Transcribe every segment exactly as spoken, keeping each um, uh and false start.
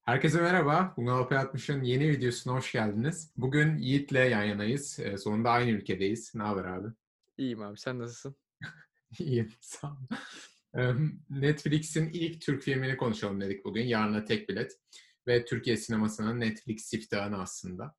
Herkese merhaba. Bungalov P altmışın yeni videosuna hoş geldiniz. Bugün Yiğit'le yan yanayız. Ee, sonunda aynı ülkedeyiz. Ne haber abi? İyiyim abi, sen nasılsın? İyiyim, sağ ol. Ee, Netflix'in ilk Türk filmini konuşalım dedik bugün. Yarına Tek Bilet. Ve Türkiye sinemasının Netflix siftahını aslında.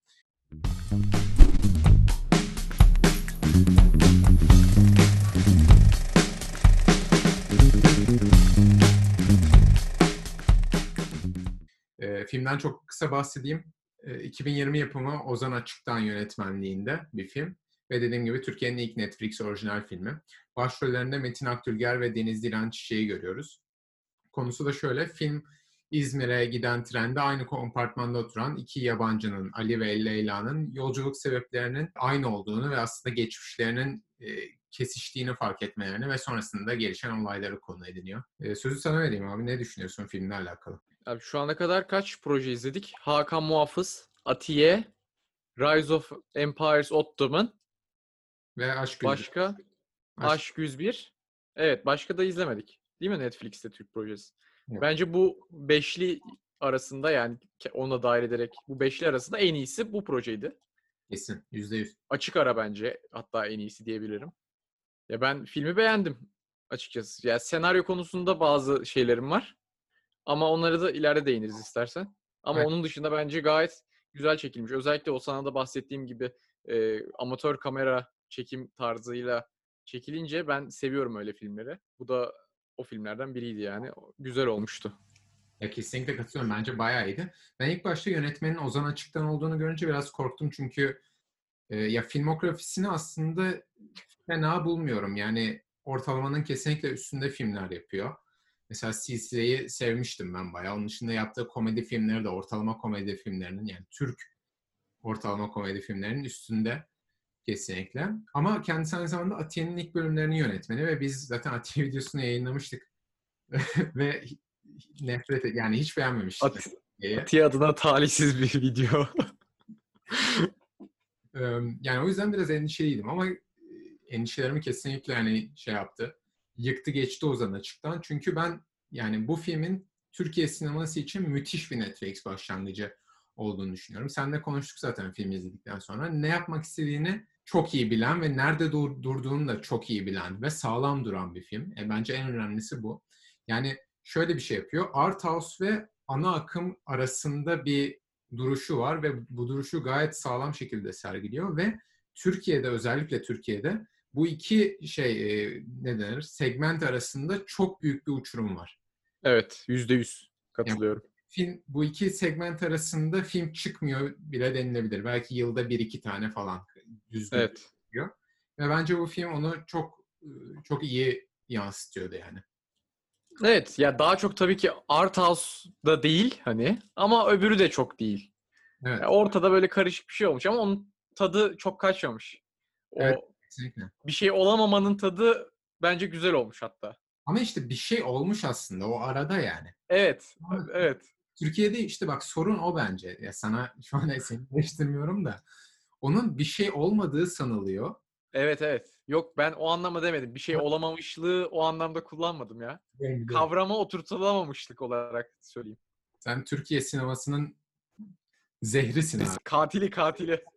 Ee, filmden çok kısa bahsedeyim. Ee, iki bin yirmi yapımı Ozan Açık'tan yönetmenliğinde bir film. Ve dediğim gibi Türkiye'nin ilk Netflix orijinal filmi. Başrollerinde Metin Akdülger ve Deniz Dilan Çiçek'i görüyoruz. Konusu da şöyle, film İzmir'e giden trende aynı kompartmanda oturan iki yabancının, Ali ve Leyla'nın yolculuk sebeplerinin aynı olduğunu ve aslında geçmişlerinin e, kesiştiğini fark etmelerini ve sonrasında gelişen olayları konu ediniyor. E, sözü sana vereyim abi, ne düşünüyorsun filmle alakalı? Abi şu ana kadar kaç proje izledik? Hakan Muhafız, Atiye, Rise of Empires Ottoman, Ve Aşk Yüzü. başka Aşk Aşk yüz bir. Evet, başka da izlemedik. Değil mi Netflix'te Türk projesi? Yok. Bence bu beşli arasında, yani ona dahil ederek bu beşli arasında en iyisi bu projeydi. Kesin. Yüzde yüz. Açık ara bence, hatta en iyisi diyebilirim. Ya ben filmi beğendim açıkçası. Ya senaryo konusunda bazı şeylerim var. Ama onları da ileride değiniriz istersen. Ama Aynen. onun dışında bence gayet güzel çekilmiş. Özellikle o sana da bahsettiğim gibi e, amatör kamera çekim tarzıyla çekilince ben seviyorum öyle filmleri. Bu da o filmlerden biriydi yani. Güzel olmuştu. Ya kesinlikle katılıyorum. Bence bayağı iyiydi. Ben ilk başta yönetmenin Ozan Açık'tan olduğunu görünce biraz korktum çünkü e, ya filmografisini aslında fena bulmuyorum. Yani ortalamanın kesinlikle üstünde filmler yapıyor. Mesela Silsile'yi sevmiştim ben bayağı. Onun dışında yaptığı komedi filmleri de ortalama komedi filmlerinin, yani Türk ortalama komedi filmlerinin üstünde kesinlikle. Ama kendisi aynı zamanda Atiye'nin ilk bölümlerinin yönetmeni ve biz zaten Atiye videosunu yayınlamıştık. Ve nefret et, yani hiç beğenmemiştik At Atiye'yi. Atiye adına talihsiz bir video. Ee, Yani o yüzden biraz endişeliydim ama e, endişelerimi kesinlikle yani şey yaptı. Yıktı geçti Ozan Açık'tan. Çünkü ben yani bu filmin Türkiye sineması için müthiş bir Netflix başlangıcı olduğunu düşünüyorum. Seninle konuştuk zaten filmi izledikten sonra. Ne yapmak istediğini çok iyi bilen ve nerede dur- durduğunu da çok iyi bilen ve sağlam duran bir film. E, bence en önemlisi bu. Yani şöyle bir şey yapıyor. Art House ve ana akım arasında bir duruşu var ve bu duruşu gayet sağlam şekilde sergiliyor ve Türkiye'de, özellikle Türkiye'de bu iki şey e, ne denir? Segment arasında çok büyük bir uçurum var. Evet, yüzde yüz Yani katılıyorum. film, bu iki segment arasında film çıkmıyor bile denilebilir. Belki yılda bir iki tane falan düzgün Evet. çıkıyor. Ve bence bu film onu çok çok iyi yansıtıyordu yani. Evet, ya daha çok tabii ki Art House'da değil hani, ama öbürü de çok değil. Ya Evet. ortada böyle karışık bir şey olmuş ama onun tadı çok kaçmamış. Evet, O kesinlikle. bir şey olamamanın tadı bence güzel olmuş hatta. Ama işte bir şey olmuş aslında o arada yani. Evet, Ama evet, Türkiye'de işte bak sorun o bence. Ya sana şu an seni eleştirmiyorum da. Onun bir şey olmadığı sanılıyor. evet, evet. Yok, ben o anlamda demedim. Bir şey olamamışlığı o anlamda kullanmadım ya. Biliyorum, biliyorum. Kavrama oturtulamamışlık olarak söyleyeyim. Sen Türkiye sinemasının zehrisin abi. Birisi katili katili.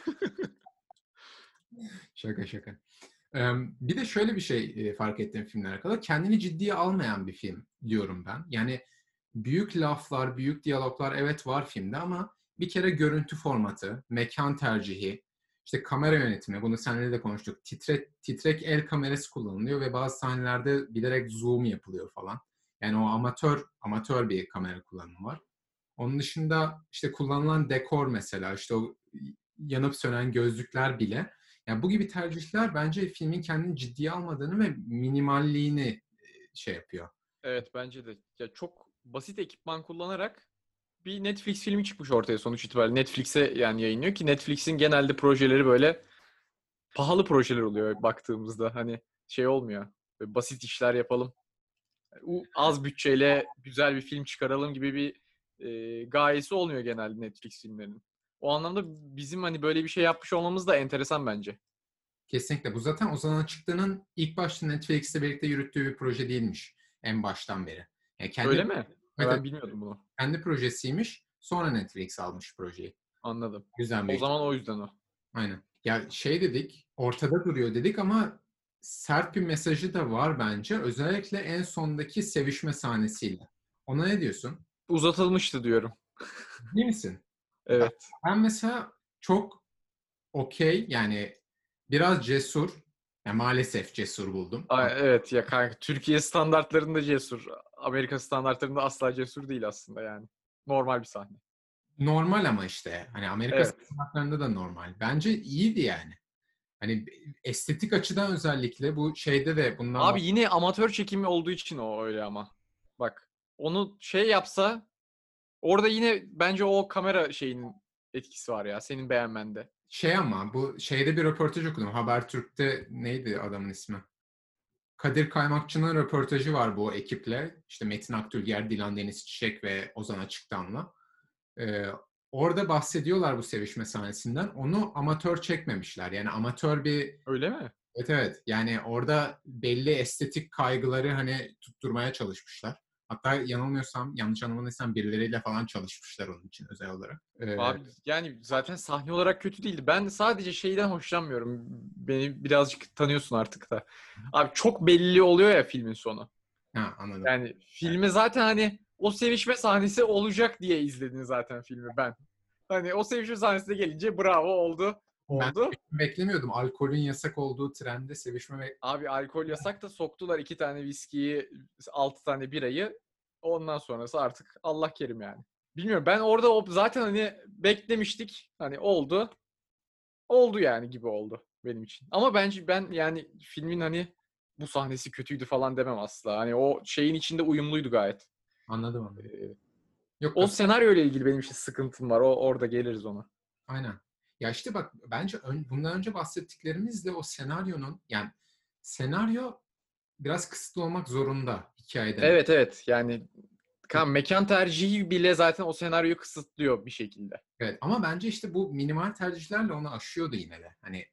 Şaka şaka. Ee, Bir de şöyle bir şey e, fark ettim filmle alakalı. Kendini ciddiye almayan bir film diyorum ben. Yani büyük laflar, büyük diyaloglar evet var filmde ama bir kere görüntü formatı, mekan tercihi, işte kamera yönetimi, bunu seninle de konuştuk. Titre, titrek el kamerası kullanılıyor ve bazı sahnelerde bilerek zoom yapılıyor falan. Yani o amatör amatör bir kamera kullanımı var. Onun dışında işte kullanılan dekor mesela, işte o yanıp sönen gözlükler bile. Yani bu gibi tercihler bence filmin kendini ciddiye almadığını ve minimalliğini e, şey yapıyor. Evet, bence de. Ya çok basit ekipman kullanarak bir Netflix filmi çıkmış ortaya sonuç itibariyle. Netflix'e yani yayınlıyor ki Netflix'in genelde projeleri böyle pahalı projeler oluyor baktığımızda. Hani şey olmuyor. Böyle basit işler yapalım. U- Az bütçeyle güzel bir film çıkaralım gibi bir e, gayesi olmuyor genelde Netflix filmlerinin. O anlamda bizim hani böyle bir şey yapmış olmamız da enteresan bence. Kesinlikle. Bu zaten Ozan Açıklı'nın ilk başta Netflix'le birlikte yürüttüğü bir proje değilmiş en baştan beri. Yani kendi Öyle mi? Ha, Evet, ben evet, bilmiyordum bunu. kendi projesiymiş. Sonra Netflix almış projeyi. Anladım. Güzel O büyük. zaman o yüzden o. Aynen. Ya şey dedik, ortada duruyor dedik ama sert bir mesajı da var bence. Özellikle en sondaki sevişme sahnesiyle. Ona ne diyorsun? Uzatılmıştı diyorum. Değil misin? Ben, Evet. ben mesela çok okey, yani biraz cesur. Yani maalesef cesur buldum. Ay, evet ya kanka, Türkiye standartlarında cesur. Amerika standartlarında asla cesur değil aslında yani. Normal bir sahne. Normal ama işte hani Amerika Evet. standartlarında da normal. Bence iyiydi yani. Hani estetik açıdan özellikle bu şeyde de bundan Abi bak. yine amatör çekimi olduğu için o öyle ama. Bak, onu şey yapsa orada yine bence o kamera şeyinin etkisi var ya senin beğenmende. Şey ama bu şeyde bir röportaj okudum. Habertürk'te neydi adamın ismi? Kadir Kaymakçı'nın röportajı var bu ekiple. İşte Metin Akdülger, Dilan Deniz Çiçek ve Ozan Açıktan'la. Ee, Orada bahsediyorlar bu sevişme sahnesinden. Onu amatör çekmemişler. Yani amatör bir. Öyle mi? Evet, evet. Yani orada belli estetik kaygıları hani tutturmaya çalışmışlar. Hatta yanılmıyorsam, yanlış anlamadıysam birileriyle falan çalışmışlar onun için özel olarak. Ee, Abi yani zaten sahne olarak kötü değildi. Ben sadece şeyden hoşlanmıyorum. Beni birazcık tanıyorsun artık da. Abi çok belli oluyor ya filmin sonu. ha, anladım. Yani filmi zaten hani o sevişme sahnesi olacak diye izledin zaten filmi ben. Hani o sevişme sahnesine gelince bravo oldu. Ben Oldu. beklemiyordum. Alkolün yasak olduğu trende sevişme ve Abi alkol yasak da soktular iki tane viskiyi, altı tane birayı. Ondan sonrası artık Allah kerim yani. Bilmiyorum, ben orada o zaten hani beklemiştik. Hani oldu. Oldu yani gibi oldu benim için. Ama bence ben yani filmin hani bu sahnesi kötüydü falan demem asla. Hani o şeyin içinde uyumluydu gayet. anladım, anladım. Ee, Yok, O kat senaryo ile ilgili benim için sıkıntım var. O orada geliriz ona. aynen. Ya işte bak bence ön- bundan önce bahsettiklerimizle o senaryonun, yani senaryo biraz kısıtlı olmak zorunda hikayeden öte. Evet, evet, yani kan mekan tercihi bile zaten o senaryoyu kısıtlıyor bir şekilde. Evet ama bence işte bu minimal tercihlerle onu aşıyordu yine de. Hani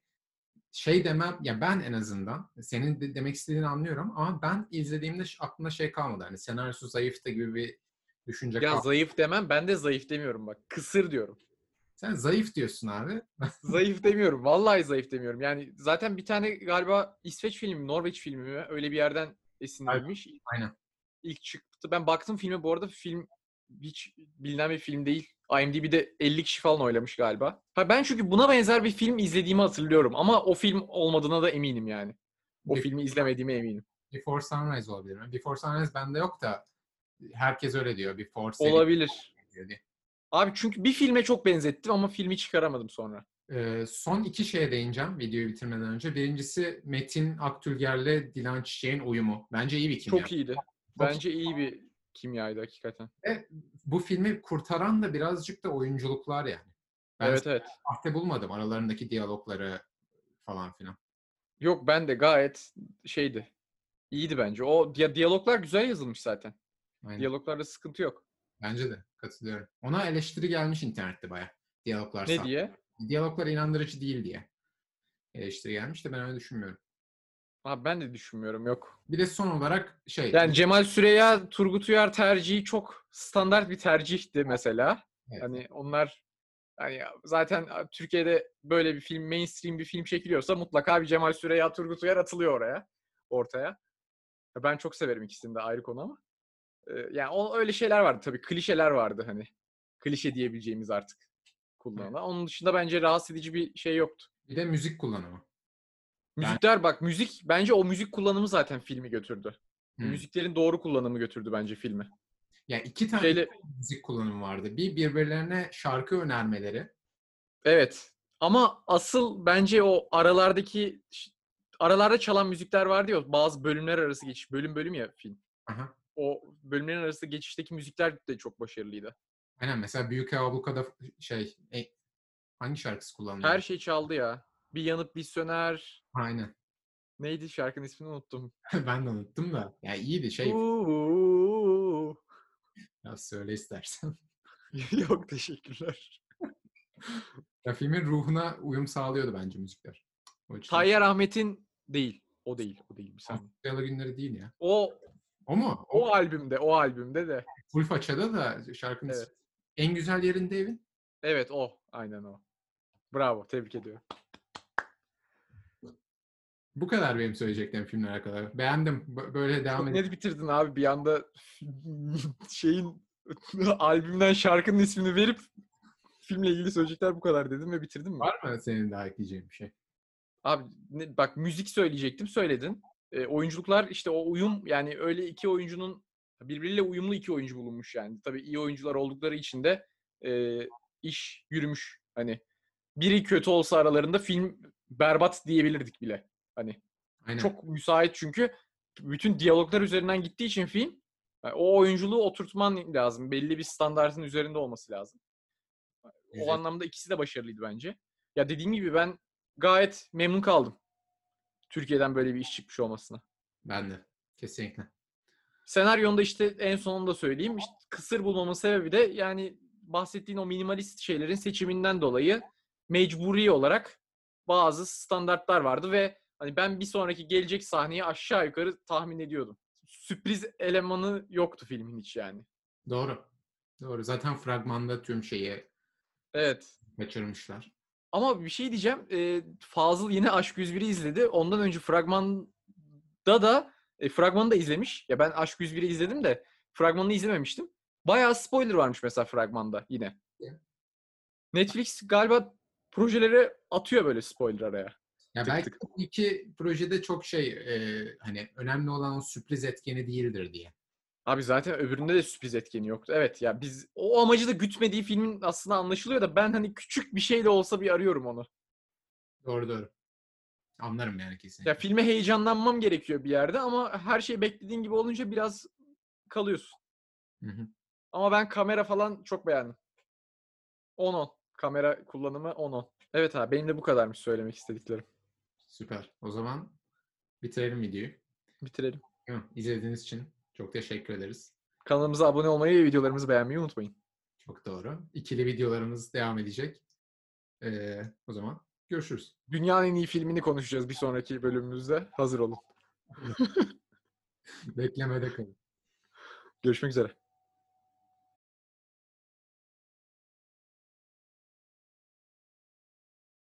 şey demem ya, ben en azından senin de demek istediğini anlıyorum ama ben izlediğimde ş- aklımda şey kalmadı. Hani senaryosu zayıftı gibi bir düşünce Ya kalmadı. zayıf demem, ben de zayıf demiyorum bak. Kısır diyorum. Sen zayıf diyorsun abi. Zayıf demiyorum. Vallahi zayıf demiyorum. Yani zaten bir tane galiba İsveç filmi, Norveç filmi mi? Öyle bir yerden esinlenilmiş. Aynen. İlk çıktı. Ben baktım filme, bu arada film hiç bilinen bir film değil. IMDb'de elli kişi falan oylamış galiba. Ha ben çünkü buna benzer bir film izlediğimi hatırlıyorum ama o film olmadığına da eminim yani. O Be- filmi izlemediğime eminim. Before Sunrise olabilir mi? Before Sunrise bende yok da herkes öyle diyor. Before seri Olabilir. diyor diye. Abi çünkü bir filme çok benzettim ama filmi çıkaramadım sonra. Ee, son iki şeye değineceğim videoyu bitirmeden önce. Birincisi Metin Akdülger'le Dilan Çiçek'in uyumu. Bence iyi bir kimya. Çok iyiydi. Çok Bence iyi bir kimyaydı hakikaten. Ve bu filmi kurtaran da birazcık da oyunculuklar yani. Ben Evet, evet. sahte bulmadım aralarındaki diyalogları falan filan. Yok, ben de gayet şeydi. İyiydi bence. O diya- diyaloglar güzel yazılmış zaten. Aynen. Diyaloglarda sıkıntı yok. Bence de katılıyorum. Ona eleştiri gelmiş internette baya. Diyaloglar Ne sahte. diye? Diyaloglar inandırıcı değil diye eleştiri gelmiş de ben öyle düşünmüyorum. Abi ben de düşünmüyorum, yok. Bir de son olarak şey, Yani Cemal Süreya, Turgut Uyar tercihi çok standart bir tercihti mesela. evet, Hani onlar hani zaten Türkiye'de böyle bir film, mainstream bir film çekiliyorsa mutlaka bir Cemal Süreya, Turgut Uyar atılıyor oraya, ortaya. Ben çok severim ikisini de, ayrı konu ama. Ee, yani o, öyle şeyler vardı tabii. Klişeler vardı hani. Klişe diyebileceğimiz artık evet. kullanılan. Onun dışında bence rahatsız edici bir şey yoktu. Bir de müzik kullanımı. Yani Müzikler, bak, müzik bence o müzik kullanımı zaten filmi götürdü. hmm. Müziklerin doğru kullanımı götürdü bence filmi. Ya iki tane, iki Şeyle tane müzik kullanımı vardı. Bir birbirlerine şarkı önermeleri. evet, ama asıl bence o aralardaki aralarda çalan müzikler vardı ya, bazı bölümler arası geçiş, bölüm bölüm ya film. Aha. O bölümlerin arası geçişteki müzikler de çok başarılıydı. Aynen, mesela Büyük Abluka'da şey e, hangi şarkısı Her kullanılıyordu? şey çaldı ya. Bir yanıp bir söner. Aynen. Neydi şarkının ismini unuttum. Ben de unuttum da. Ya iyiydi şey. Uuu. Ya söyle istersen. Yok, teşekkürler. Ya filmin ruhuna uyum sağlıyordu bence müzikler. O açıdan. Tayyar Ahmet'in değil. O değil. O değil, bir saniye. Avusturyalı günleri değil ya. O O mu? o O albümde, o albümde de. Full Faça'da da şarkının Evet. En Güzel Yerinde Evin. Evet o. Aynen o. Bravo. Tebrik ediyorum. Bu kadar benim söyleyeceklerim filmle alakalı. Beğendim. Böyle devam Çok edelim. net bitirdin abi. Bir anda şeyin albümden şarkının ismini verip filmle ilgili söyleyecekler bu kadar dedim ve bitirdin mi? Var mı senin daha ekleyeceğin bir şey? Abi ne, bak müzik söyleyecektim, söyledin. E, oyunculuklar işte o uyum, yani öyle iki oyuncunun birbiriyle uyumlu iki oyuncu bulunmuş yani. Tabii iyi oyuncular oldukları için de e, iş yürümüş. Hani biri kötü olsa aralarında film berbat diyebilirdik bile. Hani Aynen. çok müsait çünkü bütün diyaloglar üzerinden gittiği için film, yani o oyunculuğu oturtman lazım. Belli bir standartın üzerinde olması lazım. O Güzel. anlamda ikisi de başarılıydı bence. Ya dediğim gibi ben gayet memnun kaldım Türkiye'den böyle bir iş çıkmış olmasına. Ben de. Kesinlikle. Senaryonda işte en sonunda söyleyeyim, işte kısır bulmamın sebebi de yani bahsettiğin o minimalist şeylerin seçiminden dolayı mecburi olarak bazı standartlar vardı ve hani ben bir sonraki gelecek sahneyi aşağı yukarı tahmin ediyordum. Sürpriz elemanı yoktu filmin hiç yani. Doğru. Doğru. Zaten fragmanda tüm şeyi Evet. kaçırmışlar. Ama bir şey diyeceğim. E, Fazıl yine Aşk yüz biri izledi. Ondan önce fragmanda da e, fragmanı da izlemiş. Ya ben Aşk yüz biri izledim de fragmanını izlememiştim. Bayağı spoiler varmış mesela fragmanda yine. Netflix galiba projeleri atıyor böyle spoiler araya. Ya Tık belki tık. bu iki projede çok şey e, hani önemli olan o sürpriz etkeni değildir diye. Abi zaten öbüründe de sürpriz etkeni yoktu. Evet ya biz o amacı da gütmediği filmin aslında anlaşılıyor da ben hani küçük bir şey de olsa bir arıyorum onu. Doğru doğru. Anlarım yani Ya kesinlikle. filme heyecanlanmam gerekiyor bir yerde ama her şey beklediğin gibi olunca biraz kalıyorsun. Hı hı. Ama ben kamera falan çok beğendim. on on. Kamera kullanımı on on. Evet abi benim de bu kadarmış söylemek istediklerim. Süper. O zaman bitirelim videoyu. Bitirelim. Hı, İzlediğiniz için çok teşekkür ederiz. Kanalımıza abone olmayı ve videolarımızı beğenmeyi unutmayın. Çok doğru. İkili videolarımız devam edecek. Ee, o zaman görüşürüz. Dünyanın en iyi filmini konuşacağız bir sonraki bölümümüzde. Hazır olun. Beklemede kalın. Görüşmek üzere.